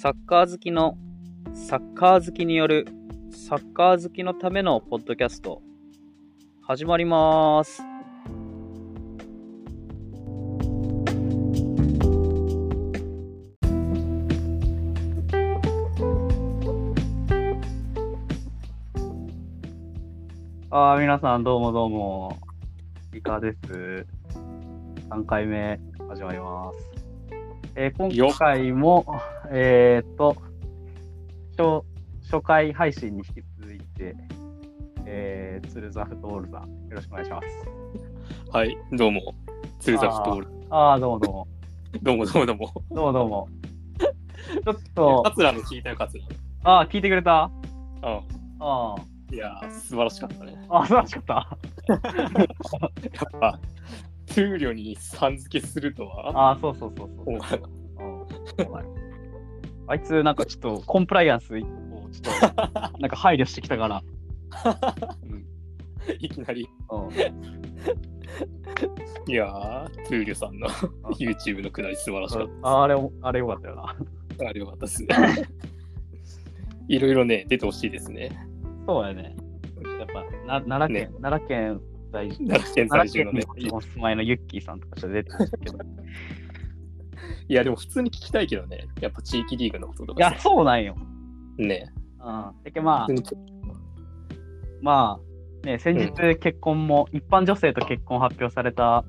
サッカー好きのサッカー好きによるサッカー好きのためのポッドキャスト始まります。皆さんどうもどうも、イカです。3回目始まります。今回も初回配信に引き続いて、ツルザフトールさんよろしくお願いします。 はい、どうもツルザフトール。 どうもどうもどうもどうもどうもどうもどうも。ちょっとカツラの聞いたよ、カツラ。 聞いてくれた？ いやー、素晴らしかったね。 素晴らしかった。 やっぱトゥーリョにさん付けするとは。 そう。あいつなんかちょっとコンプライアンスをちょっとなんか配慮してきたから。 いきなり。いやー、トゥーリョさんの YouTube のくだり素晴らしかった。 あれよかったよな。 あれよかったですね。いろいろね、出てほしいですね。 そうやね。やっぱ奈良県在住のね、お住まいのユッキーさんとかちょっと出てましたけど。 いや、でも普通に聞きたいけどね、やっぱ地域リーグのこととか。 いや、そうなんよ。 ね。 ね、先日結婚も、一般女性と結婚発表された、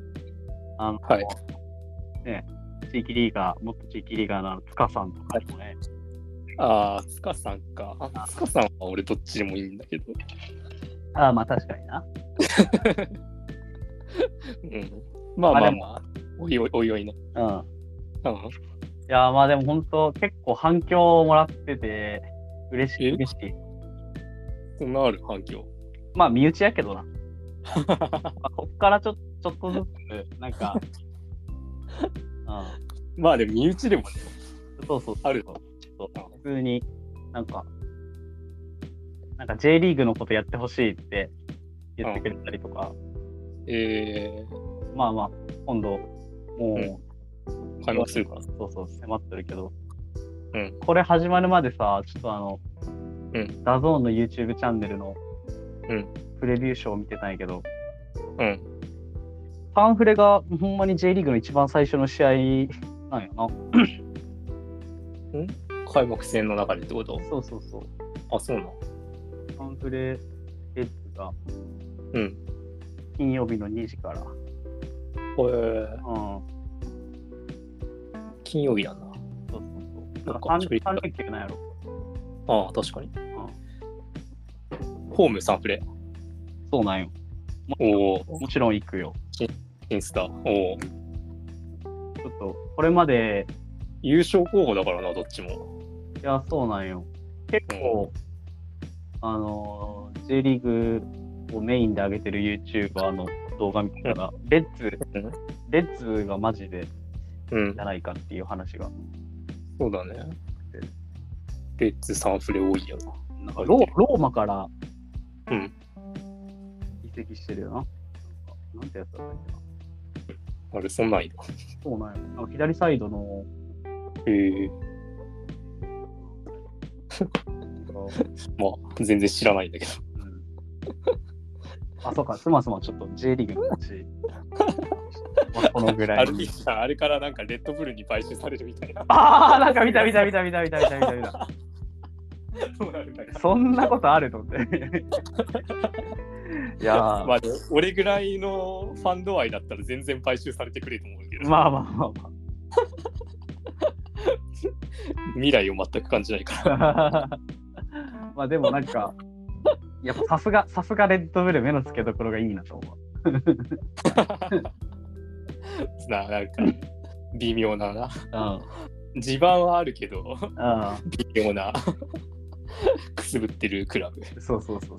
ね、地域リーガー、元地域リーガーの塚さんとかもね。 塚さんか。塚さんは俺どっちでもいいんだけど。 確かにな。 まあ、おいおいね。 いや、でも本当、結構反響をもらってて、嬉しい。 そんなある反響？ 身内やけどな。こっからちょっとずつ、なんか、 でも身内でもね。 そう。 ある。 普通になんか J リーグのことやってほしいって言ってくれたりとか、今度もう開幕するから、 そう迫ってるけど、これ始まるまでさ、ちょっとダゾーンの YouTube チャンネルのプレビューショーを見てたんやけど、パンフレがほんまに J リーグの一番最初の試合なんやな。 開幕戦の中でってこと？ そう。 そうなの？ パンフレレッズが金曜日の2時から。 金曜日なんだ。 そう。なんか3連休なんやろ。 確かに。ホームサンフレ。 そうなんよ。もちろん行くよ。 インスタ。ちょっとこれまで優勝候補だからな、どっちも。 いや、そうなんよ。結構、J リーグをメインで上げてる YouTuber の動画見たら、レッズがマジでじゃないかっていう話が。 そうだね。レッズサンフレ多いよな。 なんかローマから移籍してるよな。なんてやつだったっけな。 あれ、そんなんいる。 そうなんよ。なんか左サイドの全然知らないんだけど。 そうか、すまちょっと J リーグの話。このぐらい。 あれからなんかレッドブルに買収されるみたいな。 なんか見た。そんなことあると思って。いや俺ぐらいのファンド愛だったら全然買収されてくれと思うけど。未来を全く感じないから。 でもなんか、やっぱさすがレッドブル目の付けどころがいいなと思う。 なんか微妙なな。地盤はあるけど、微妙なくすぶってるクラブ。 そう。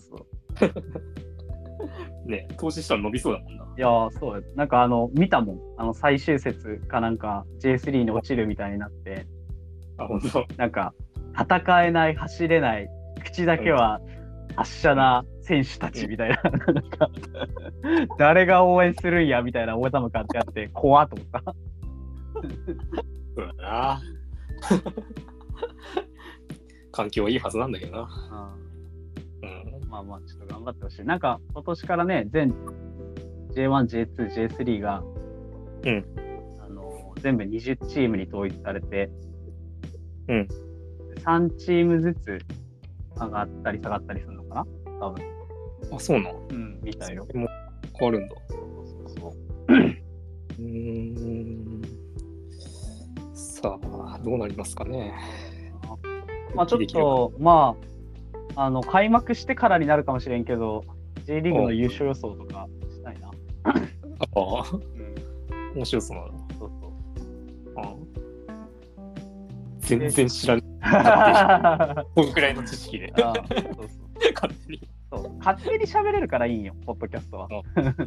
ね、投資したら伸びそうだもんな。 いやそう。なんか見たもん。最終節かなんか J3 に落ちるみたいになって。 本当。 なんか戦えない、走れない、口だけは発射な選手たちみたいな、なんか誰が応援するんやみたいな大玉感ってあって怖っと思った。 そうだな。 環境はいいはずなんだけどな。 まあまあ、ちょっと頑張ってほしい。なんか、今年からね、全 J1、J2、J3 が、全部20チームに統一されて、3チームずつ上がったり下がったりするのかな多分。 あ、そうなの？ みたいよ。 もう変わるんだ。 そう。 さあ、どうなりますかね。 まあちょっと、開幕してからになるかもしれんけど、J リーグの優勝予想とかしたいな。 面白そうなの。 そうそう。 全然知らない。こんくらいの知識で。 そう勝手に。 勝手に喋れるからいいんよ、ポッドキャストは。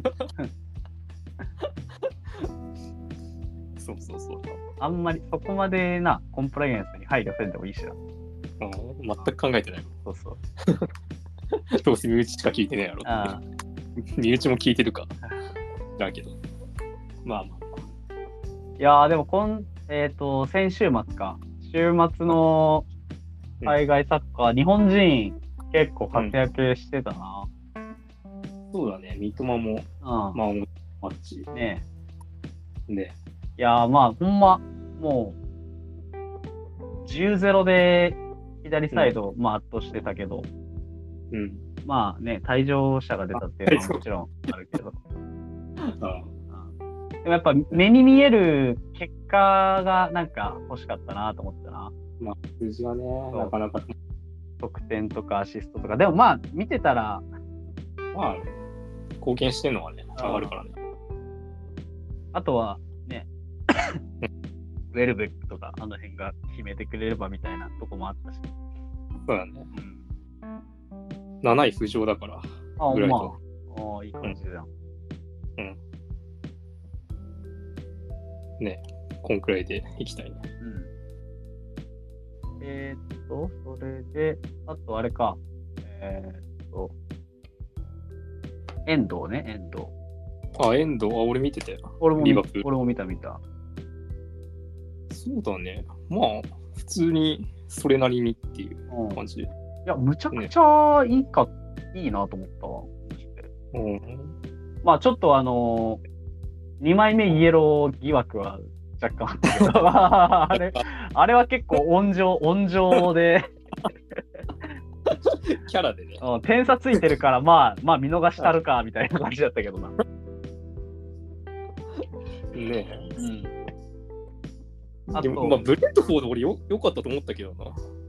そう。 あんまりそこまでな、コンプライアンスに配慮せんでもいいしな。 全く考えてない。 そう。 どうせ身内しか聞いてないやろ。身内も聞いてるか。だけど。まあ。 いやー、でも先週末か。週末の海外サッカー、日本人結構活躍してたな。 そうだね、三笘も、マッチ。 ね。 いやー、まあ、ほんま、もう、10-0で左サイド、圧倒してたけど、まあね、退場者が出たっていうのはもちろんあるけど。でもやっぱ目に見える結果がなんか欲しかったなと思ったな。 数字がね、なかなか。 得点とかアシストとか。でも見てたら。 貢献してるのはね、上がるからね。 あとはね、ウェルベックとかあの辺が決めてくれればみたいなとこもあったし。 そうだね。7位浮上だから。ぐらいと。 いい感じだよ。 ね、こんくらいでいきたいね。 それで、あとあれか。遠藤ね、遠藤。 遠藤、俺見てたよ。 俺も見た。 そうだね。普通にそれなりにっていう感じで。 いや、むちゃくちゃいいなと思ったわ。ちょっと2枚目イエロー疑惑は若干あったけど、あれは結構温情でキャラでね。 点差ついてるから、見逃したるかみたいな感じだったけどな。 ねえ。でも、ブレントフォード俺よかったと思ったけどな。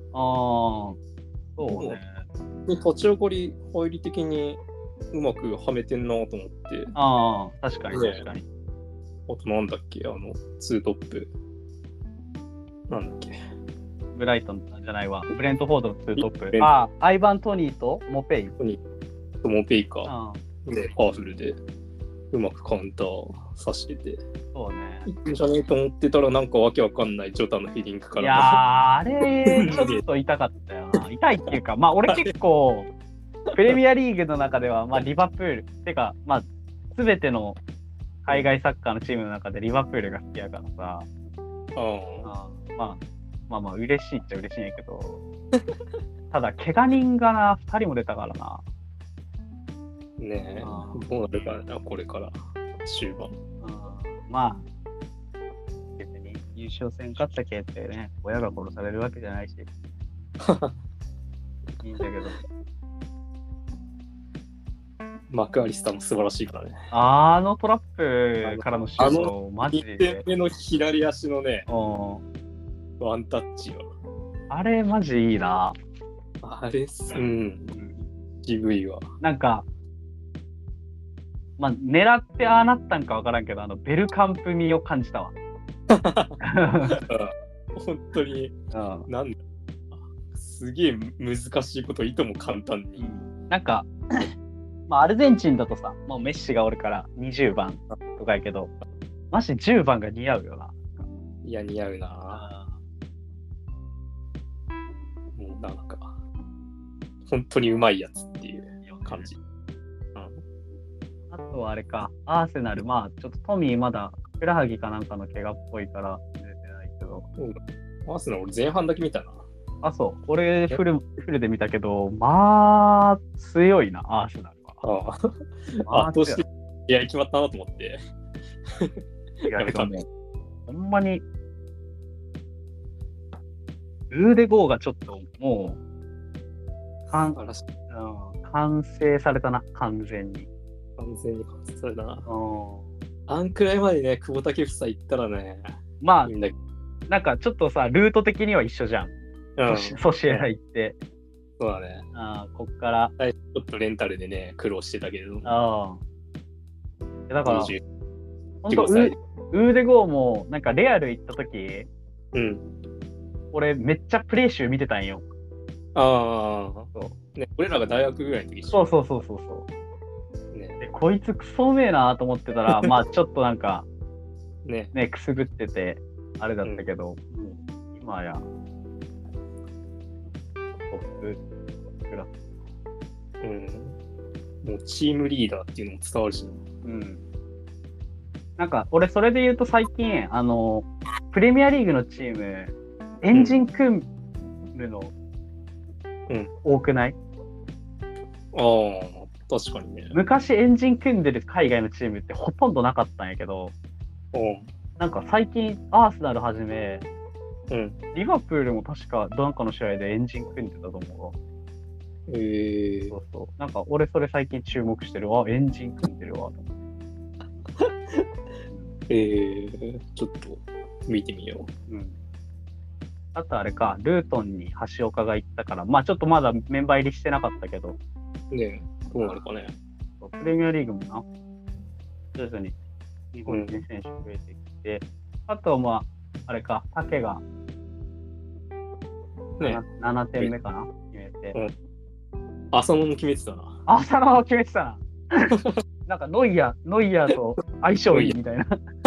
そうね。 立ち上がり、入り的にうまくはめてんなと思って。 確かに。 あとなんだっけ、ツートップ。なんだっけ。 ブライトンじゃないわ。ブレントフォードのツートップ。アイバン・トニーとモペイ。 モペイか。パワフルで、うまくカウンターさしてて。 そうね。 いいんじゃねえと思ってたら、なんかわけわかんないジョタのヘディングから。 いやー、あれ、ちょっと痛かったよな。痛いっていうか、俺結構、プレミアリーグの中では、リバプール、てか、すべての海外サッカーのチームの中でリバプールが好きやからさ。嬉しいっちゃ嬉しいんやけど、ただ、怪我人がな、2人も出たからな。 ねえ、どうなるかな、これから、終盤。 別に優勝戦勝ったけってね、親が殺されるわけじゃないし、いいんだけど。 マクアリスターも素晴らしいからね。 あのトラップからのシュート、マジで。 2点目の左足のね、ワンタッチよ。 あれ、マジいいな。 あれ、渋いわ。 なんか、狙ってああなったんかわからんけど、ベルカンプ味を感じたわ。 本当に、なんだ、すげえ難しいこといとも簡単に。 なんか、アルゼンチンだとさ、もうメッシがおるから20番とかやけど、マジ10番が似合うよな。 いや、似合うな。もうなんか、本当にうまいやつっていう感じ。 あとはあれか、アーセナル、ちょっとトミーまだ、ふくらはぎかなんかの怪我っぽいから出てないけど。 アーセナル俺前半だけ見たな。 あ、そう。俺フルで見たけど、まあ、強いな、アーセナルは。 あ、どうして試合決まったなと思って。 いや、ほんまに、ルーデゴーがちょっともう、完成されたな、完全に。 完成されたな。あんくらいまでね、久保建英行ったらね、 まあ、なんかちょっとさ、ルート的には一緒じゃん。ソシエダ行って。 そうだね。 こっから。 ちょっとレンタルでね、苦労してたけれども。 だから、本当ウーデゴーも、なんかレアル行った時、俺めっちゃプレー集見てたんよ。 ね、俺らが大学ぐらいの時。 そう。ね、こいつクソうめえなと思ってたら、まあちょっとなんか、ね、くすぶってて、あれだったけど、今や、トップクラス。もうチームリーダーっていうのも伝わるしな。 なんか、俺それで言うと最近、プレミアリーグのチーム、エンジン組むの、多くない？ 確かにね。 昔エンジン組んでる海外のチームってほとんどなかったんやけど、なんか最近アーセナルはじめ、リバプールも確かなんかの試合でエンジン組んでたと思うわ。そう。なんか俺それ最近注目してるわ。エンジン組んでるわ。 ちょっと見てみよう。 あとあれか、ルートンに橋岡が行ったから、まあちょっとまだメンバー入りしてなかったけど。 ねえ、どうなるかね。 プレミアリーグもな、徐々に日本人選手増えてきて、あとまあ、あれか、竹が、7点目かな決めて。 浅野も決めてたな。 浅野も決めてたな。なんかノイヤーと相性いいみたいな。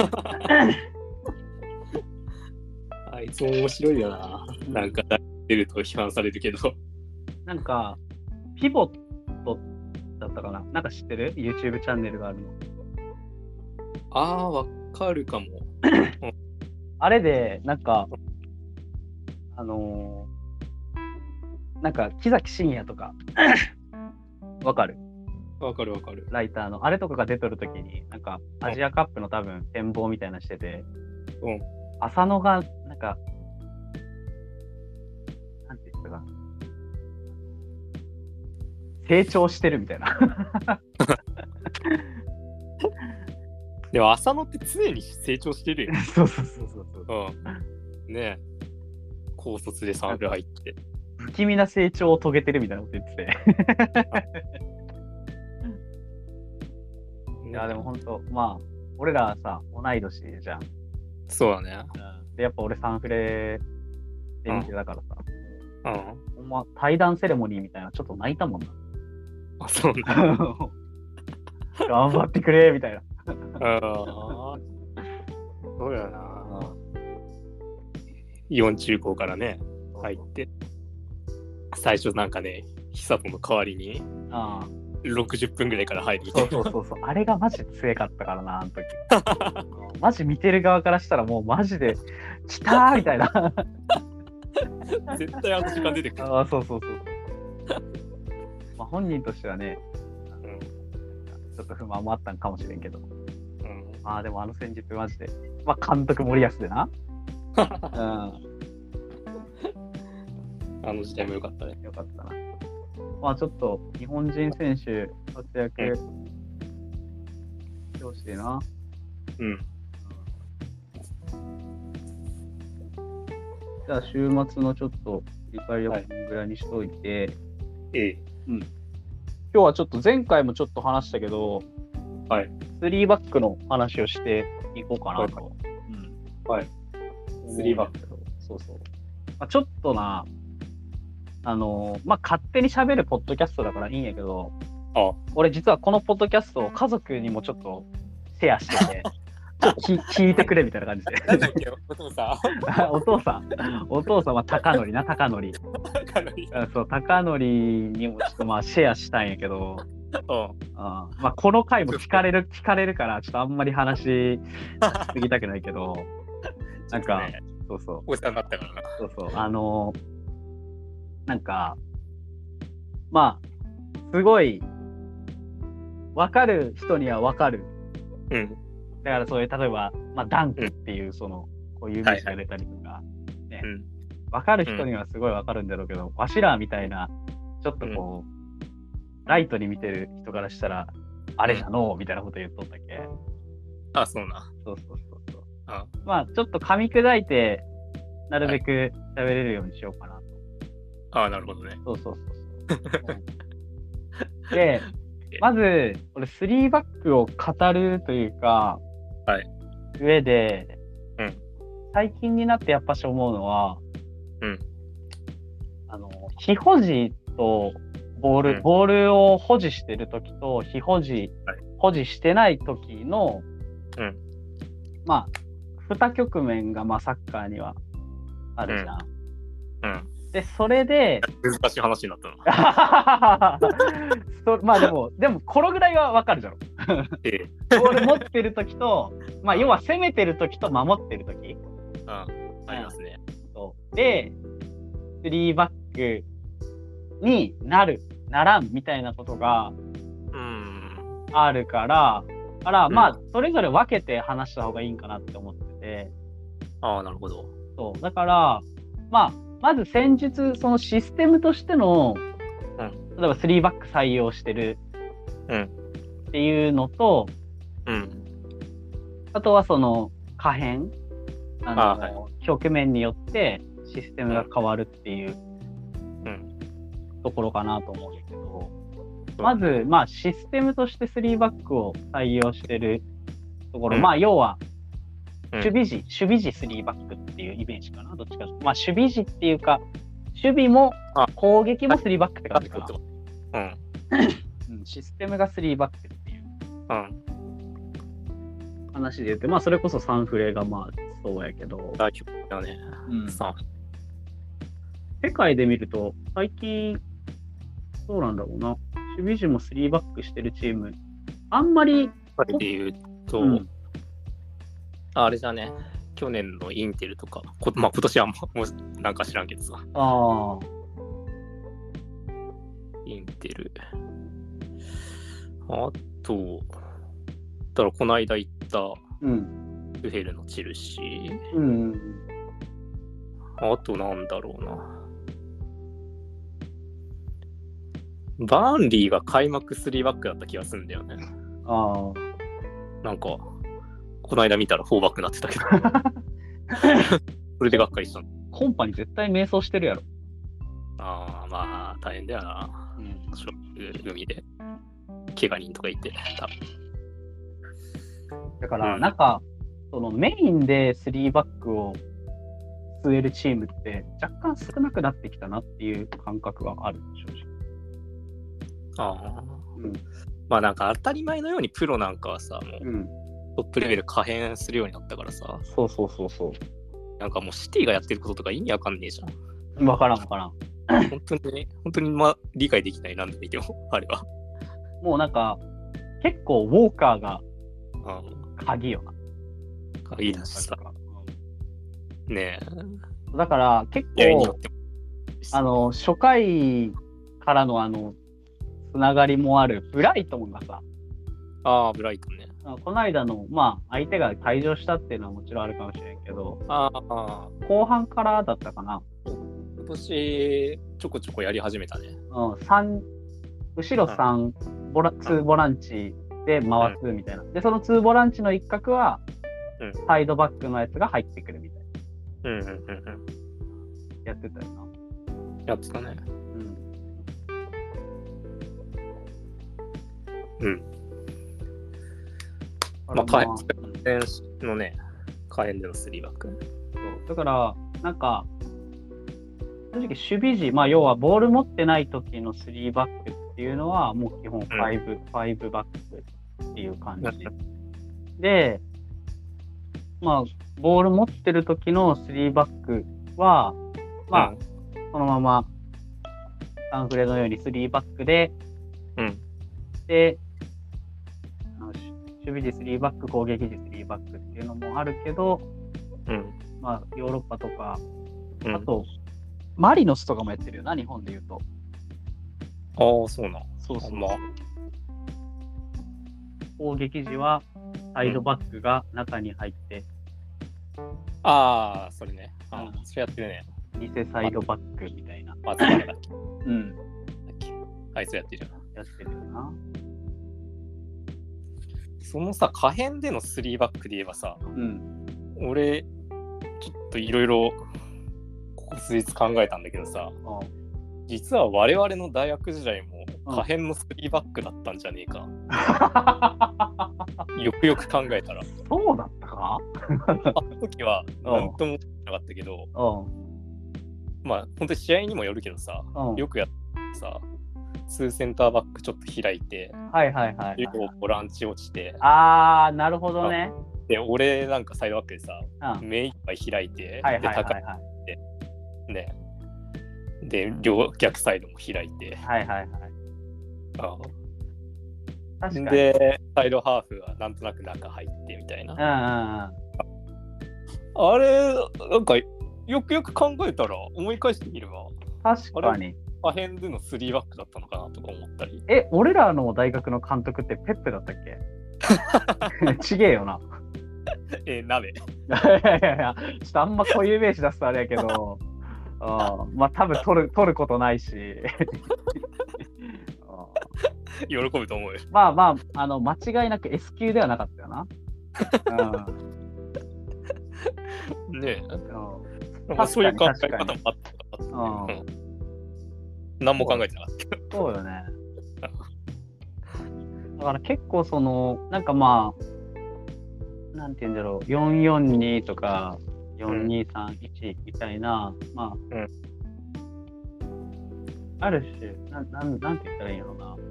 あいつも面白いよな。なんか出ると批判されるけど。 なんか、ピボットだったかな？なんか知ってる？ YouTube チャンネルがあるの。 わかるかも。 あれで、なんか、なんか、木崎真也とか、わかる？ わかる。 ライターの、あれとかが出とるときに、なんか、アジアカップの多分、展望みたいなしてて、浅野が、なんか、なんて言ったかな。成長してるみたいな。 でも浅野って常に成長してるよ。 そう。 ねえ。高卒でサンフレ入って。 不気味な成長を遂げてるみたいなこと言ってて。いや、でも本当、まあ、俺らはさ、同い年じゃん。 そうだね。 で、やっぱ俺サンフレで見てたからさ。ほんま、対談セレモニーみたいな、ちょっと泣いたもんな。 そうなんだ。 頑張ってくれみたいな。 そうやな。4中高からね、入って、最初なんかね、久人の代わりに60分ぐらいから入るみたいな。 そう。あれがマジで強かったからな、あの時。マジ見てる側からしたらもうマジで、来たーみたいな。 絶対あの時間出てくる。 そう。まあ、本人としてはね、ちょっと不満もあったんかもしれんけど。まあでもあの戦術マジで。まあ監督森保でな。 あの時代も良かったね。 良かったな。まあちょっと日本人選手活躍してほしいな。じゃあ週末のちょっと振り返りをこのぐらいにしといて。今日はちょっと前回もちょっと話したけど、3バックの話をしていこうかなと。 3バック。 そう。まあ、ちょっとな、まあ、勝手に喋るポッドキャストだからいいんやけど、俺実はこのポッドキャストを家族にもちょっとシェアしてて、ちょっと聞いてくれみたいな感じで。 なんだっけ、お父さんお父さんは高則な、高則。そう、高則にもちょっとまあシェアしたんやけど、まあこの回も聞かれるからちょっとあんまり話しすぎたくないけど、なんか、そう。 おじさんだったからな。 そう。 なんか、まあ、すごい、わかる人にはわかる。 うん。 だからそういう、例えば、まあ、ダンクっていう、こういう名詞が出たりとか、ね、 うん。 わかる人にはすごいわかるんだろうけど、わしらみたいな、ちょっとこう、ライトに見てる人からしたら、あれじゃのうみたいなこと言っとったっけ。 あ、そうな。 そうそうそうそう。 あまあ、ちょっと噛み砕いて、なるべく喋れるようにしようかなと。 あ、なるほどね。 そうそうそうそう。で、まず、俺、3バックを語るというか、 はい。 上で、 うん。 最近になってやっぱし思うのは、 うん。 非保持とボールを保持してるときと、非保持、保持してないときの、まあ、2局面が、まあ、サッカーにはあるじゃん。で、それで、 難しい話になったな。 まあでも、このぐらいはわかるじゃろ。ボール持ってるときと、まあ、要は攻めてるときと守ってるとき。 ありますね。 で、3バックにならんみたいなことがあるから、まあ、それぞれ分けて話した方がいいんかなって思ってて。 ああ、なるほど。 そう。だから、まあ、まず戦術、そのシステムとしての、例えば3バック採用してるっていうのと、あとはその可変、局面によってシステムが変わるっていうところかなと思うんだけど、まず、まあ、システムとして3バックを採用してるところ、まあ、要は、守備時3バックっていうイメージかな、どっちか。まあ、守備時っていうか、守備も攻撃も3バックって感じかな。システムが3バックっていう話で言って、まあ、それこそサンフレがまあ、そうやけど。世界で見ると、最近、そうなんだろうな。守備時も3バックしてるチーム、あんまり。 で言うと、あれじゃね、去年のインテルとか、まあ今年はもうなんか知らんけどさ。インテル。あと、だからこの間行ったウヘルのチェルシー。あとなんだろうな。バーンリーが開幕3バックだった気がするんだよね。なんか、この間見たら4バックになってたけど。それでがっかりしたの。 コンパに絶対迷走してるやろ。 まあ、大変だよな。海で。怪我人とかいて。 だから、なんか、そのメインで3バックを据えるチームって若干少なくなってきたなっていう感覚がある、正直。 まあなんか当たり前のようにプロなんかはさ、もうトップレベル可変するようになったからさ。 そう。 なんかもうシティがやってることとか意味わかんねえじゃん。 わからん。 本当にまあ理解できない、なんで見ても、あれは。 もうなんか、結構ウォーカーが鍵よな。 鍵だしさ。ねえ。だから結構、初回からのつながりもあるブライトンがさ。 ブライトンね。 この間の、まあ、相手が退場したっていうのはもちろんあるかもしれんけど、後半からだったかな。 今年、ちょこちょこやり始めたね。 後ろ2ボランチで回すみたいな。で、その2ボランチの一角は、サイドバックのやつが入ってくるみたいな。やってたよな。 やってたね。まあ、可変のね、可変での3バック。 だから、なんか、正直守備時、まあ、要はボール持ってない時の3バックっていうのは、もう基本5バックっていう感じ。で、まあ、ボール持ってる時の3バックは、まあ、そのまま、サンフレのように3バックで、で、守備時3バック、攻撃時3バックっていうのもあるけど、まあ、ヨーロッパとか、あと、 マリノスとかもやってるよな、日本で言うと。 ああ、そうな。 そうそう。 まあ、 攻撃時はサイドバックが中に入って、 ああ、それね。 うんそれやってるね。 偽サイドバックみたいな。 松原だっけうん。 だっけあいつやってるよな。 やってるよな。 そのさ、可変での3バックで言えばさ、 うん。 俺、ちょっといろいろ、ここ数日考えたんだけどさ、実は我々の大学時代も可変の3バックだったんじゃねえか。よくよく考えたら。 そうだったか？ あの時は何ともなかったけど、まあ本当に試合にもよるけどさ、よくやってさ、2センターバックちょっと開いて、ボランチ落ちて、 あー、なるほどね。 で、俺なんかサイドバックでさ、目いっぱい開いて、で、高いて、ね。で、両逆サイドも開いて。確かに。で、サイドハーフはなんとなく中入ってみたいな。あれ、なんか、よくよく考えたら、思い返してみれば、 確かに。 可変での3バックだったのかなとか思ったり。 俺らの大学の監督ってペップだったっけ？ちげえよな。 鍋。 いや、ちょっとあんま固有名詞出すとあれやけど、まあ多分取ることないし。 喜ぶと思うよ。 まあまあ、間違いなく S 級ではなかったよな。 ねえ。そういう考え方もあった。何も考えてなかった。 そうよね。だから結構なんかまあ、なんて言うんだろう、442とか4231みたいな、まあ、ある種、なんて言ったらいいのかな。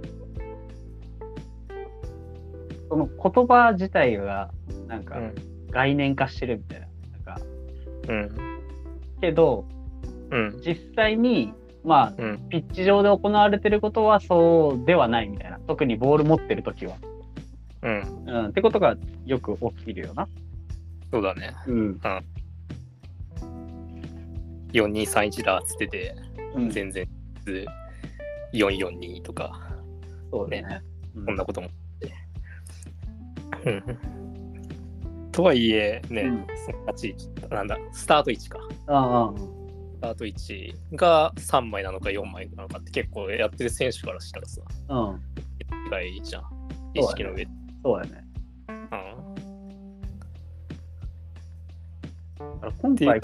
その言葉自体が、なんか、概念化してるみたいな。なんか、けど、実際に、まあ、ピッチ上で行われてることはそうではないみたいな。特にボール持ってるときは。ってことがよく起きるよな。 そうだね。4231だっつってて、全然442とか。 そうね。 こんなことも。とはいえ、ね、そんな地域、なんだ、スタート位置か。スタート位置が3枚なのか4枚なのかって結構やってる選手からしたらさ、違いじゃん。意識の上で。 そうやね。今回、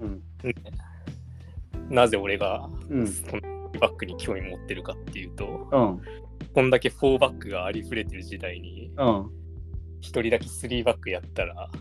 なぜ俺がそのバックに興味持ってるかっていうと、こんだけ4バックがありふれてる時代に、一人だけ3バックやったら、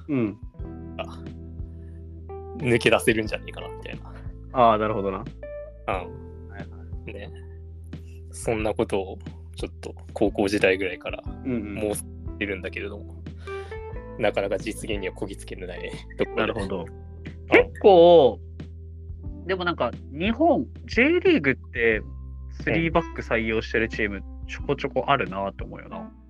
抜け出せるんじゃねえかなみたいな。 ああ、なるほどな。 ね。そんなことをちょっと高校時代ぐらいからもうしてるんだけれども、なかなか実現にはこぎつけるないところで。 なるほど。結構、でもなんか日本 J リーグって3バック採用してるチームちょこちょこあるなと思うよな。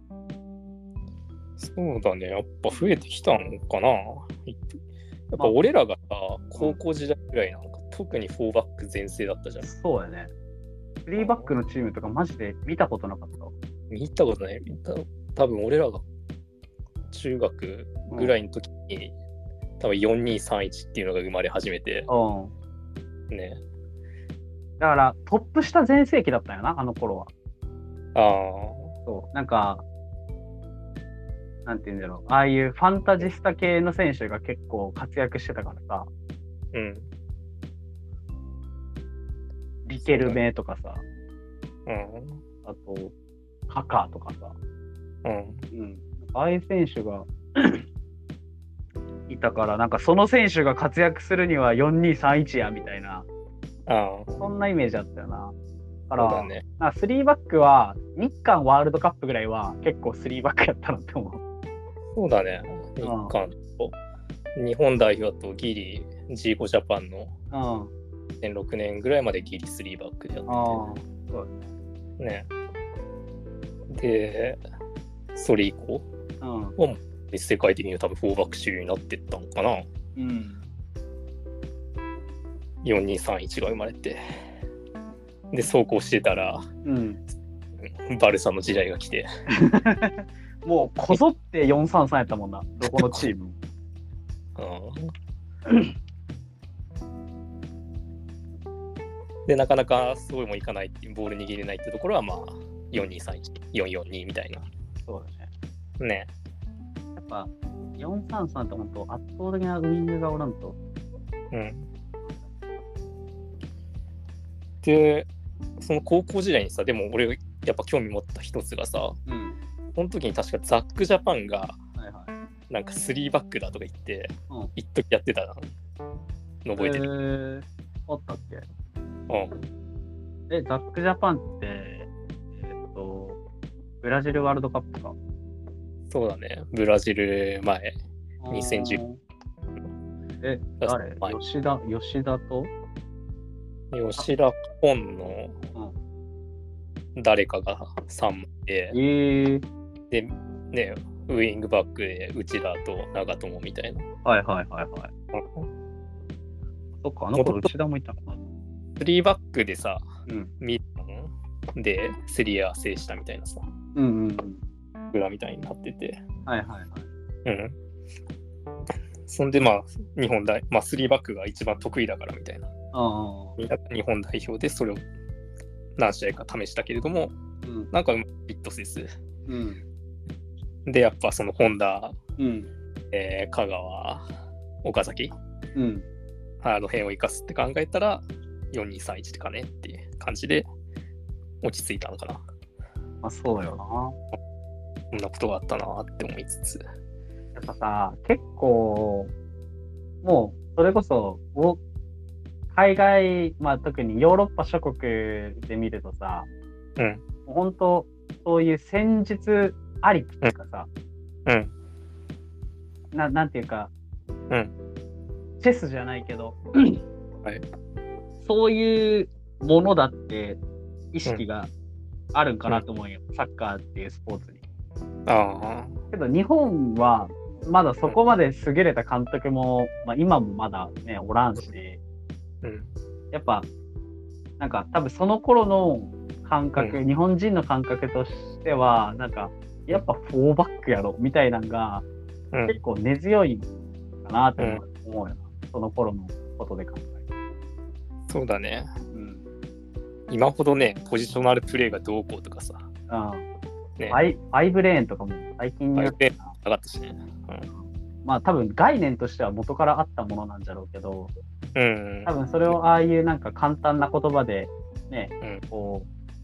そうだね、やっぱ増えてきたのかな。やっぱ俺らがさ、高校時代ぐらいなんか特に4バック全盛だったじゃん。 そうやね。3バックのチームとかマジで見たことなかった。 見たことない。多分俺らが中学ぐらいの時に、多分4231っていうのが生まれ始めて。ね。 だからトップ下全盛期だったよな、あの頃は。そう。なんか、なんて言うんだろう。ああいうファンタジスタ系の選手が結構活躍してたからさ。リケルメとかさ。あと、カカとかさ。ああいう選手がいたから、なんかその選手が活躍するには4231やみたいな。そんなイメージあったよな。だから、ね、3バックは日韓ワールドカップぐらいは結構3バックやったなって思う。 そうだね。日韓と日本代表とギリジーコジャパンの2006年ぐらいまでギリ3バックでやってて。 そうだね。 で、それ以降は世界的に多分4バック主流になってったのかな。 4231が生まれて、で走行してたら、バルサの時代が来てもうこぞって433やったもんな、どこのチームも。 でなかなかそうもいかないっていう、ボール握れないってところはまあ4231、442みたいな。 そうだね。 ね。 やっぱ433って本当圧倒的なウイングがおらんと。 でその高校時代にさ、でも俺やっぱ興味持った一つがさ、その時に確かザックジャパンがなんか3バックだとか言って一時やってたの覚えてる？ あったっけ？ザックジャパンって、ブラジルワールドカップか。 そうだね、ブラジル前、2010。 誰？吉田と吉田本の誰かが3枚で、で、ね、ウイングバックで内田と長友みたいな。 そっか、あの頃内田もいたのかな。 3バックでさ、ミランでセリア制したみたいなさ、裏みたいになってて。そんでまあ、日本代、まあ3バックが一番得意だからみたいな。日本代表でそれを何試合か試したけれども、なんかフィットせず。で、やっぱその本田、香川、岡崎、あの辺を生かすって考えたら、4231ってかねっていう感じで落ち着いたのかな。 まあそうよな。 そんなことがあったなって思いつつ。 やっぱさ、結構、もうそれこそ、海外、まあ特にヨーロッパ諸国で見るとさ、本当そういう戦術ありきとかさ、なんていうか、チェスじゃないけど、そういうものだって意識があるんかなと思うよ、サッカーっていうスポーツに。けど日本はまだそこまで優れた監督も、まあ、今もまだねおらんし、やっぱなんか多分その頃の感覚、日本人の感覚としてはなんかやっぱ4バックやろみたいなのが、結構根強いかなって思うよな、その頃のことで考える。 そうだね、今ほどねポジショナルプレーがどうこうとかさ、 ね、5レーンとかも最近になって上がったしね、 まあ多分概念としては元からあったものなんじゃろうけど、多分それをああいうなんか簡単な言葉でね、こ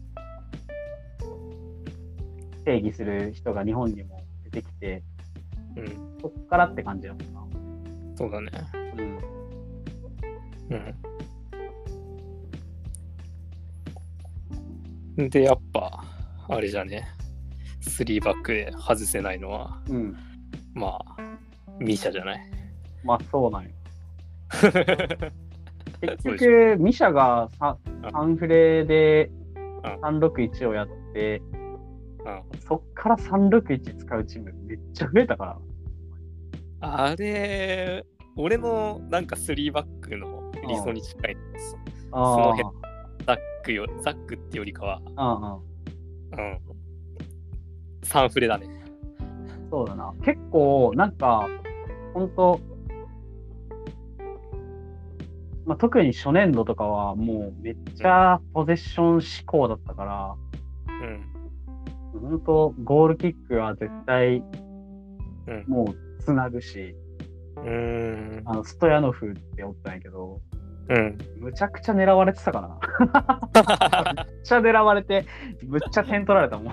う定義する人が日本にも出てきて、そっからって感じだもんな。 そうだね。でやっぱあれじゃね、3バックで外せないのは、まあミシャじゃない。 まあそうなんよ。結局ミシャがサンフレで361をやって、そっから361使うチームめっちゃ増えたから。 あれ俺のなんか3バックの理想に近いんです。その辺ザックってよりかは、サンフレだね。 そうだな。結構なんか本当、まあ、特に初年度とかはもうめっちゃポゼッション志向だったから、本当ゴールキックは絶対もうつなぐし、ストヤノフっておったんやけど、むちゃくちゃ狙われてたからな。めっちゃ狙われて、むっちゃ点取られたもん。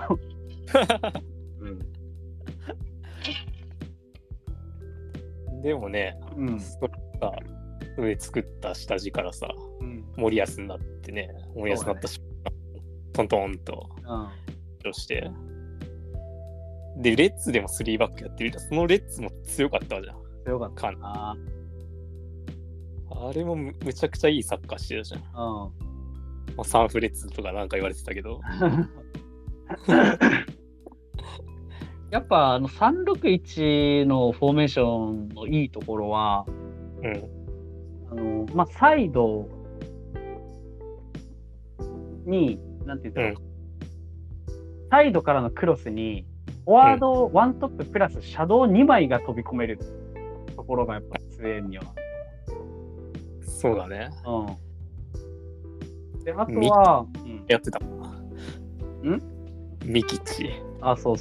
でもね、それ作った下地からさ、森保になってね、森保になったし、トントンとして、で、レッツでも3バックやってるけど、そのレッツも強かったじゃん。 強かったな。 あれもむちゃくちゃいいサッカーしてるじゃん。サンフレッツとかなんか言われてたけど。 やっぱ361のフォーメーションのいいところは、まあサイドに、なんて言うんだろう、サイドからのクロスに、フォワードワントッププラスシャドウ2枚が飛び込めるところがやっぱ強いんよな。 そうだね。 で、あとは、 やってたもんな。ミキッチ。 あ、そう。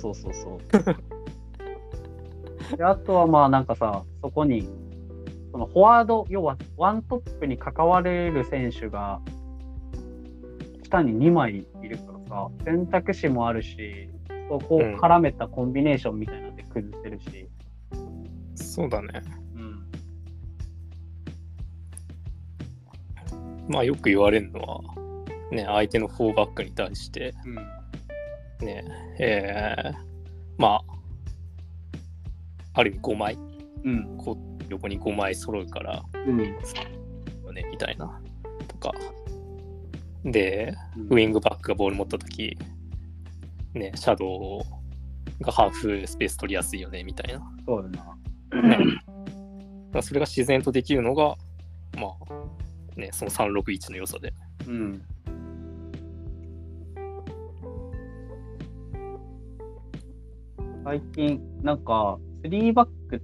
で、あとはまあなんかさ、そこに、そのフォワード、要はワントップに関われる選手が、下に2枚いるからさ、選択肢もあるし、そこを絡めたコンビネーションみたいなので崩せるし。 そうだね。まあよく言われるのは、ね、相手の4バックに対して、ね、まあ、ある意味5枚、こう横に5枚揃うから、ね、みたいな、とか。で、ウィングバックがボール持ったとき、ね、シャドウがハーフスペース取りやすいよね、みたいな。 そうだな。 ね、だからそれが自然とできるのが、まあ、ね、その361の良さで。 最近、なんか、3バックって、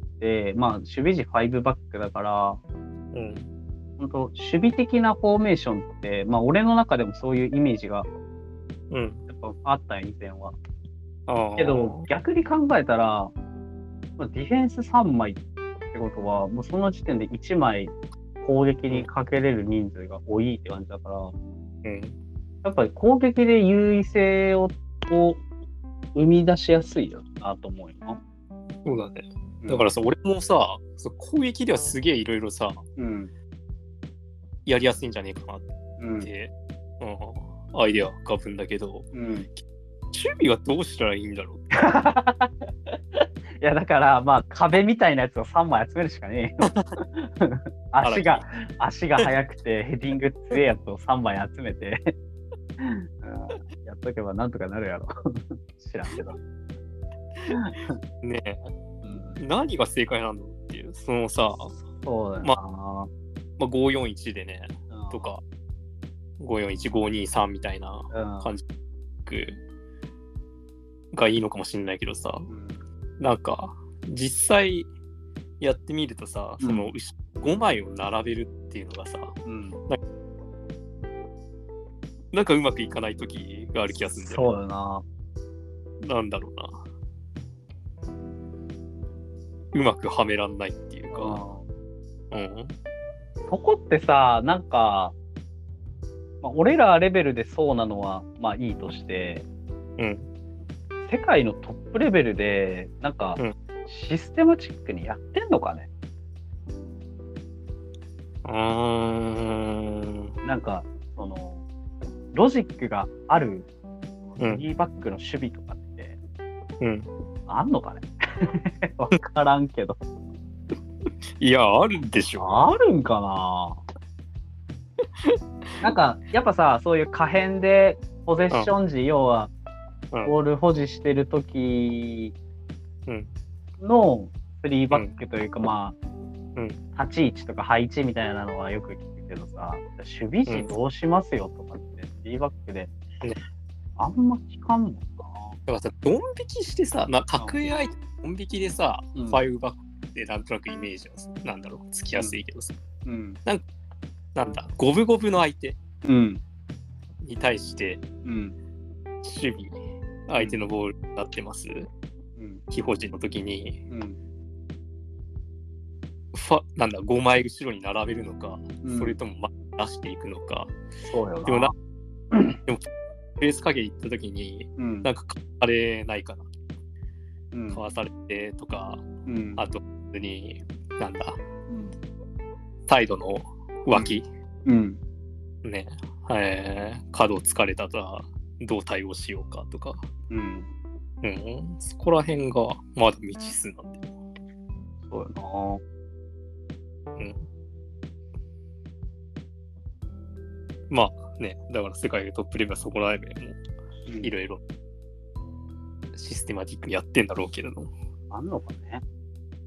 まあ、守備時5バックだから、本当守備的なフォーメーションって、まあ、俺の中でもそういうイメージが、やっぱあったよ、以前は。けど、逆に考えたら、ディフェンス3枚ってことは、もうその時点で1枚攻撃にかけれる人数が多いって感じだから、やっぱり攻撃で優位性を生み出しやすいよなと思うよな。 そうだね。だからさ、俺もさ、攻撃ではすげえいろいろさ、やりやすいんじゃねえかなって、アイデアが浮かぶんだけど、守備はどうしたらいいんだろうって。 いやだからまあ壁みたいなやつを3枚集めるしかねえよ。足が速くてヘディング強いやつを3枚集めてやっとけばなんとかなるやろ。知らんけど。 ねえ、何が正解なんだろうっていう、そのさ、 そうだよな。 まあ、541でね、とか、541、523みたいな感じがいいのかもしれないけどさ、なんか、実際やってみるとさ、その5枚を並べるっていうのがさ、なんかうまくいかない時がある気がするんだよね。 そうだな。 なんだろうな。うまくはめらんないっていうか。 そこってさ、なんか、まあ、俺らレベルでそうなのはまあいいとして、世界のトップレベルでなんか、システマチックにやってんのかね。なんかそのロジックがある3バックの守備とかって、あんのかね。わからんけど。 いや、あるでしょ。 あるんかな。なんかやっぱさ、そういう可変でポゼッション時、要はボール保持してる時の3バックというか、まあ、立ち位置とか配置みたいなのはよく聞くけどさ、守備時どうしますよとかって3バックであんま聞かんのかな。 だからさ、ドン引きしてさ、格上相手ドン引きでさ、5バックってなんとなくイメージはなんだろう、つきやすいけどさ、なんだ、五分五分の相手に対して、守備、相手のボールになってます。非保持の時に、なんだ、5枚後ろに並べるのか、それとも出していくのか。 そうよな。 でもベース影行った時に、なんかあれないかな。かわされてとか、あと普通になんだ、サイドの脇、ね、角を突かれたらどう対応しようかとか、そこら辺がまだ未知数なんだよ。 そうやな。 まあね、だから世界でトップレベルはそこら辺もいろいろシステマティックにやってんだろうけれども。 あんのかね。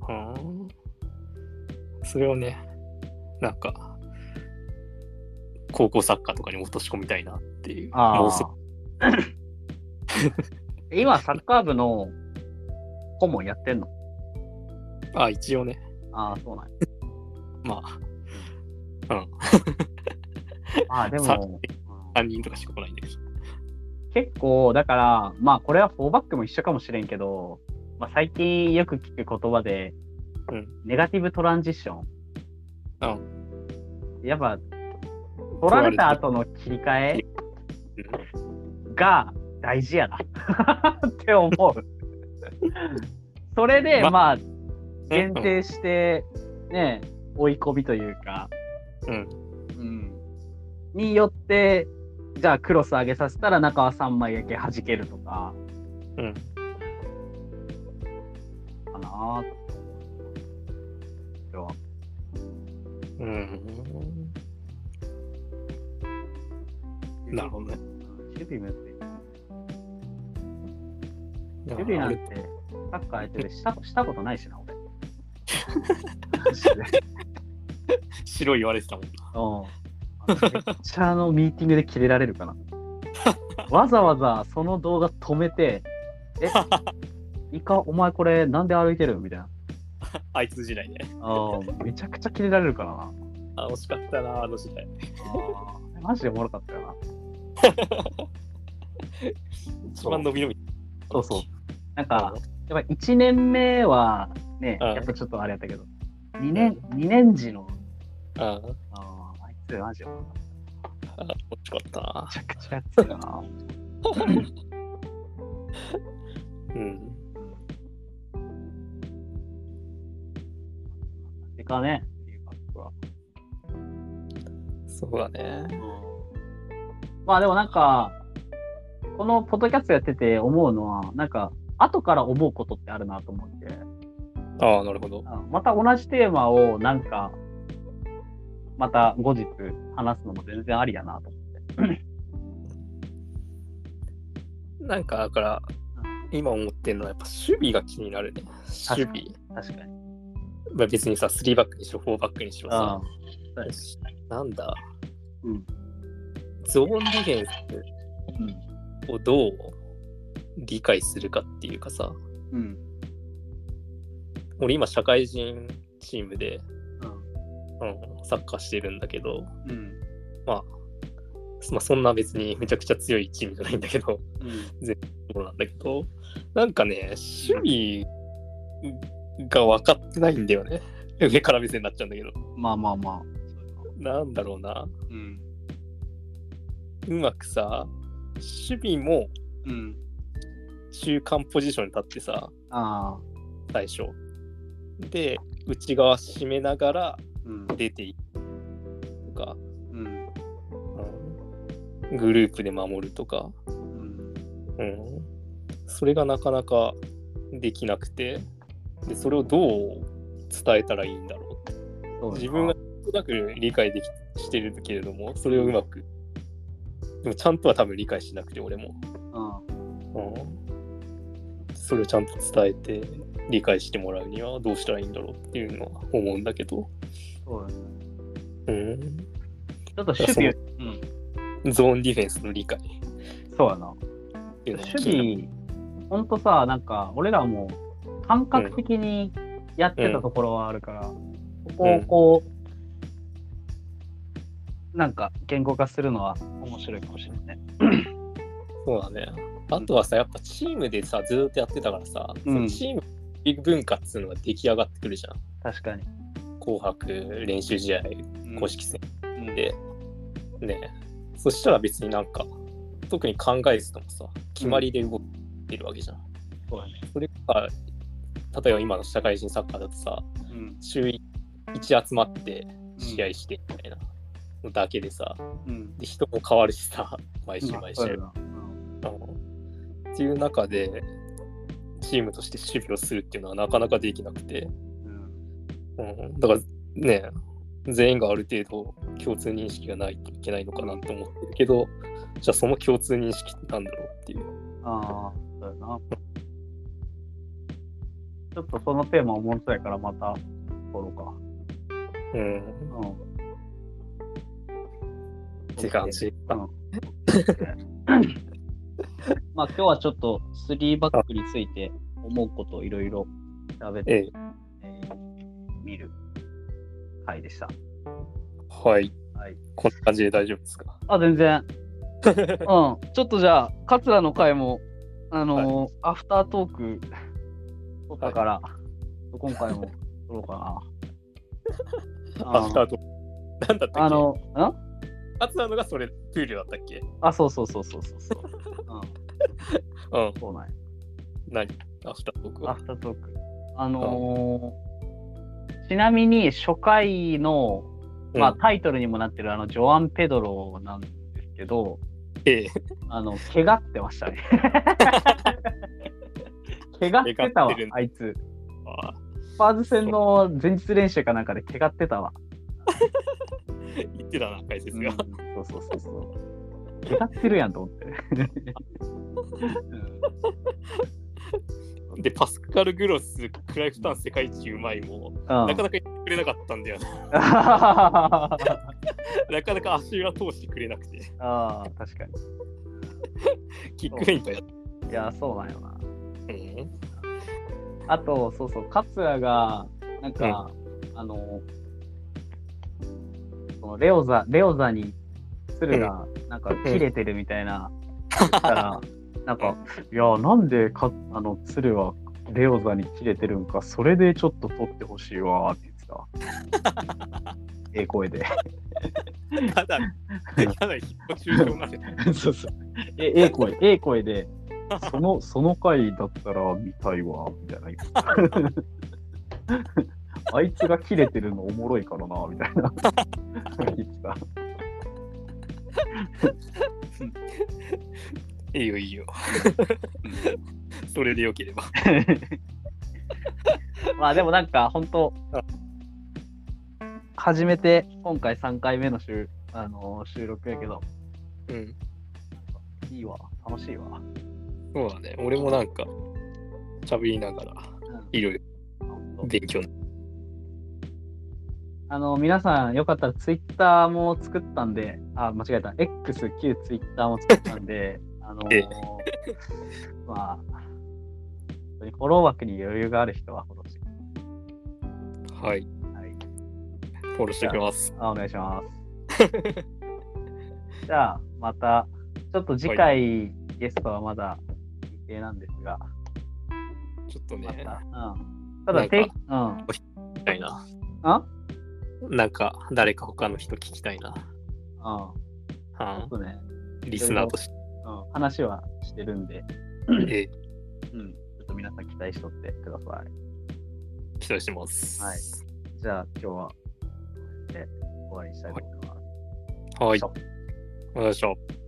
それをね、なんか高校サッカーとかに落とし込みたいなっていうあ妄想。 今、サッカー部の顧問やってんの？ あ、一応ね。 ああ、そうなんや。 まあ、うん。 まあでも、 3人とかしか来ないんだけど。 結構、だから、まあこれは4バックも一緒かもしれんけど、まあ最近よく聞く言葉で、 うん。 ネガティブトランジション。 うん。 やっぱ、取られた後の切り替えが大事やなって思う。それで、まあ、限定して、ね、追い込みというか、 うん。 うん。によって、じゃあクロス上げさせたら中は3枚だけ弾けるとか、 うん。 かなぁ。 うん。なるほどね。 守備むずい。守備なんて、サッカーやっててしたことないしな、俺。 白い言われてたもんな。 めっちゃミーティングでキレられるかな。わざわざその動画止めて、イカ、お前これなんで歩いてるみたいな。 あいつ時代ね。 めちゃくちゃキレられるからな。 惜しかったな、あの時代。 マジでおもろかったよな。 一番伸び伸び。 そうそう。なんか、やっぱ1年目はね、やっぱちょっとあれやったけど、2年時の、あいつマジでおもろかった。 惜しかったな。 めちゃくちゃやってたな。 うん。 てかね、っていうかは。 そうだね。 まあでもなんか、このポッドキャストやってて思うのは、なんか、後から思うことってあるなと思って。 なるほど。 また同じテーマをなんか、また後日話すのも全然ありやなと思って。 なんかだから、今思ってるのはやっぱ守備が気になるね。守備。 確かに。 まあ、別にさ、3バックにしろ、4バックにしろさ、なんだ、ゾーンディフェンスをどう理解するかっていうかさ、俺今社会人チームで、サッカーしてるんだけど、まあそんな別にめちゃくちゃ強いチームじゃないんだけど、全然なんだけど、なんかね、守備が分かってないんだよね。上から目線になっちゃうんだけど。 まあ。 なんだろうな。うまくさ、守備も中間ポジションに立ってさ、最初。で、内側締めながら出ていくとか、グループで守るとか、それがなかなかできなくて、でそれをどう伝えたらいいんだろう。自分がうまく理解してるけれども、それをうまく、でもちゃんとは多分理解しなくて、俺も。それをちゃんと伝えて理解してもらうにはどうしたらいいんだろうっていうのは思うんだけど。 そうだね。ちょっと守備、 ゾーンディフェンスの理解。 そうやな。守備、ほんとさ、なんか俺らも感覚的にやってたところはあるから、ここをこう、なんか言語化するのは面白いかもしれないね。 そうだね。あとはさ、やっぱチームでさ、ずっとやってたからさ、そのチーム文化っていうのが出来上がってくるじゃん。 確かに。 紅白、練習試合、公式戦で、ね。そしたら別になんか、特に考えずともさ、決まりで動いてるわけじゃん。 そうだね。それが、例えば今の社会人サッカーだとさ、週1集まって試合してみたいなのだけでさ、で人も変わるしさ、毎週。っていう中でチームとして守備をするっていうのはなかなかできなくて、だからね、全員がある程度共通認識がないといけないのかなと思ってるけど、じゃあその共通認識ってなんだろうっていう。 そうやな。ちょっとそのテーマ面白いからまた取ろうか。 って感じ。 まあ今日はちょっと3バックについて思うことをいろいろ喋って、見る回でした。 はい。こんな感じで大丈夫ですか？ 全然。ちょっとじゃあ、桂の回も、アフタートーク撮ったから、今回も撮ろうかな。アフタートーク。なんだったっけ？桂のがそれ、プールだったっけ？ そう。そうなんや。 何？アフタートークは？ アフタートーク。ちなみに初回の、タイトルにもなってるジョアン・ペドロなんですけど、怪我ってましたね。怪我ってたわ、あいつ。スパーズ戦の前日練習かなんかで怪我ってたわ。 言ってたな、解説が。 そう。怪我ってるやんと思って。 で、パスカル・グロス、クライフターン世界一うまいも、なかなか言ってくれなかったんだよな。なかなか足は通してくれなくて。 確かに。 キックフェイントやって。 いや、そうなんよな。あと、桂が、なんか、そのレオザに鶴が、なんか、切れてるみたいな、言ったら、なんか、いや、なんで鶴はレオザに切れてるんか、それでちょっと取ってほしいわって言ってた。声で。 ただ引っ越しまで。 声で、その回だったら見たいわ、みたいな。あいつが切れてるのおもろいからな、みたいな。言ってた。 いいよ。それでよければ。 でもなんか本当初めて今回3回目の収録やけど、いいわ、楽しいわ。 そうだね。俺もなんか喋りながらいろいろ勉強。 皆さんよかったらツイッターも作ったんで、間違えた。X 旧ツイッターも作ったんで、フォロー枠に余裕がある人はフォローしてください。 はい。フォローしておきます。 お願いします。じゃあ、また、ちょっと次回、ゲストはまだ未定なんですが。 ちょっとね。 ただ、 聞きたいな。なんか、誰か他の人聞きたいな。 ちょっとね。 リスナーとして。 話はしてるんで。ちょっと皆さん期待しとってください。 期待してます。 はい。じゃあ、今日は、終わりにしたいと思います。 はい。お願いします。